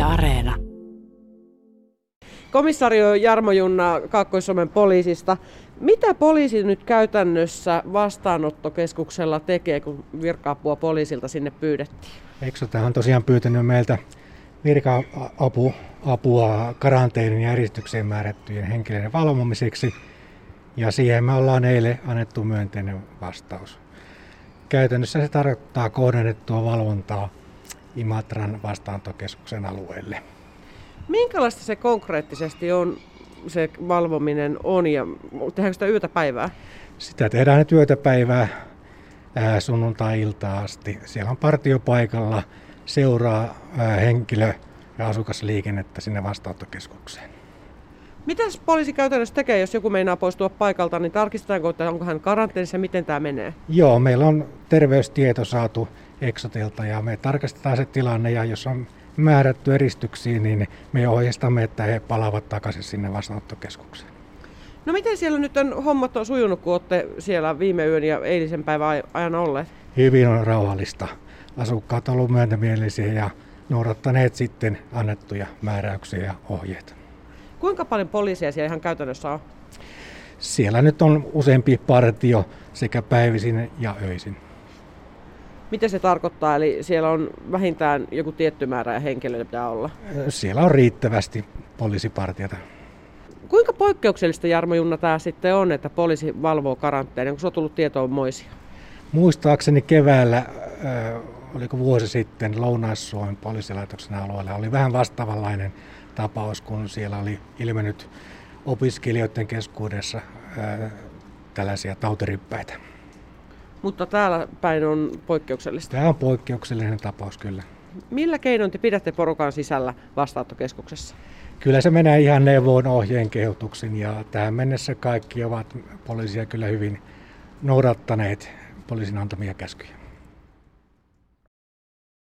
Areena. Komisario Jarmo Junna Kaakkois-Suomen poliisista. Mitä poliisi nyt käytännössä vastaanottokeskuksella tekee, kun virka-apua poliisilta sinne pyydettiin? Eksote on tosiaan pyytänyt meiltä virka-apua karanteenin ja eristykseen määrättyjen henkilöiden valvomiseksi. Ja siihen me ollaan eilen annettu myönteinen vastaus. Käytännössä se tarkoittaa kohdennettua valvontaa Imatran vastaanottokeskuksen alueelle. Minkälaista se konkreettisesti on, se valvominen on, ja tehdäänkö sitä yötä päivää? Sitä tehdään nyt yötä päivää sunnuntai-iltaan asti. Siellä on partio paikalla, seuraa henkilö- ja asukasliikennettä sinne vastaanottokeskukseen. Mitä poliisi käytännössä tekee, jos joku meinaa poistua paikalta, niin tarkistetaanko, että onko hän karanteenissa ja miten tämä menee? Joo, meillä on terveystieto saatu Eksotilta ja me tarkastetaan se tilanne, ja jos on määrätty eristyksiin, niin me ohjeistamme, että he palaavat takaisin sinne vastaanottokeskukseen. No miten siellä nyt hommat on sujunut, kun olette siellä viime yön ja eilisen päivän ajan olleet? Hyvin on rauhallista. Asukkaat ovat olleet myöntämielisiä ja noudattaneet sitten annettuja määräyksiä ja ohjeita. Kuinka paljon poliisia siellä ihan käytännössä on? Siellä nyt on useampi partio sekä päivisin ja öisin. Mitä se tarkoittaa? Eli siellä on vähintään joku tietty määrä henkilöitä pitää olla? Siellä on riittävästi poliisipartiota. Kuinka poikkeuksellista, Jarmo Junna, tämä sitten on, että poliisi valvoo karanteenia? Onko se on tullut tietoon moisia? Muistaakseni keväällä, oliko vuosi sitten, Lounais-Suomen poliisilaitoksen alueella oli vähän vastaavanlainen tapaus, kun siellä oli ilmennyt opiskelijoiden keskuudessa tällaisia tautiryppäitä. Mutta täällä päin on poikkeuksellista. Tämä on poikkeuksellinen tapaus, kyllä. Millä keinoin te pidätte porukan sisällä vastaanottokeskuksessa? Kyllä se menee ihan neuvon, ohjeen, kehotuksin, ja tähän mennessä kaikki ovat poliisia kyllä hyvin noudattaneet poliisin antamia käskyjä.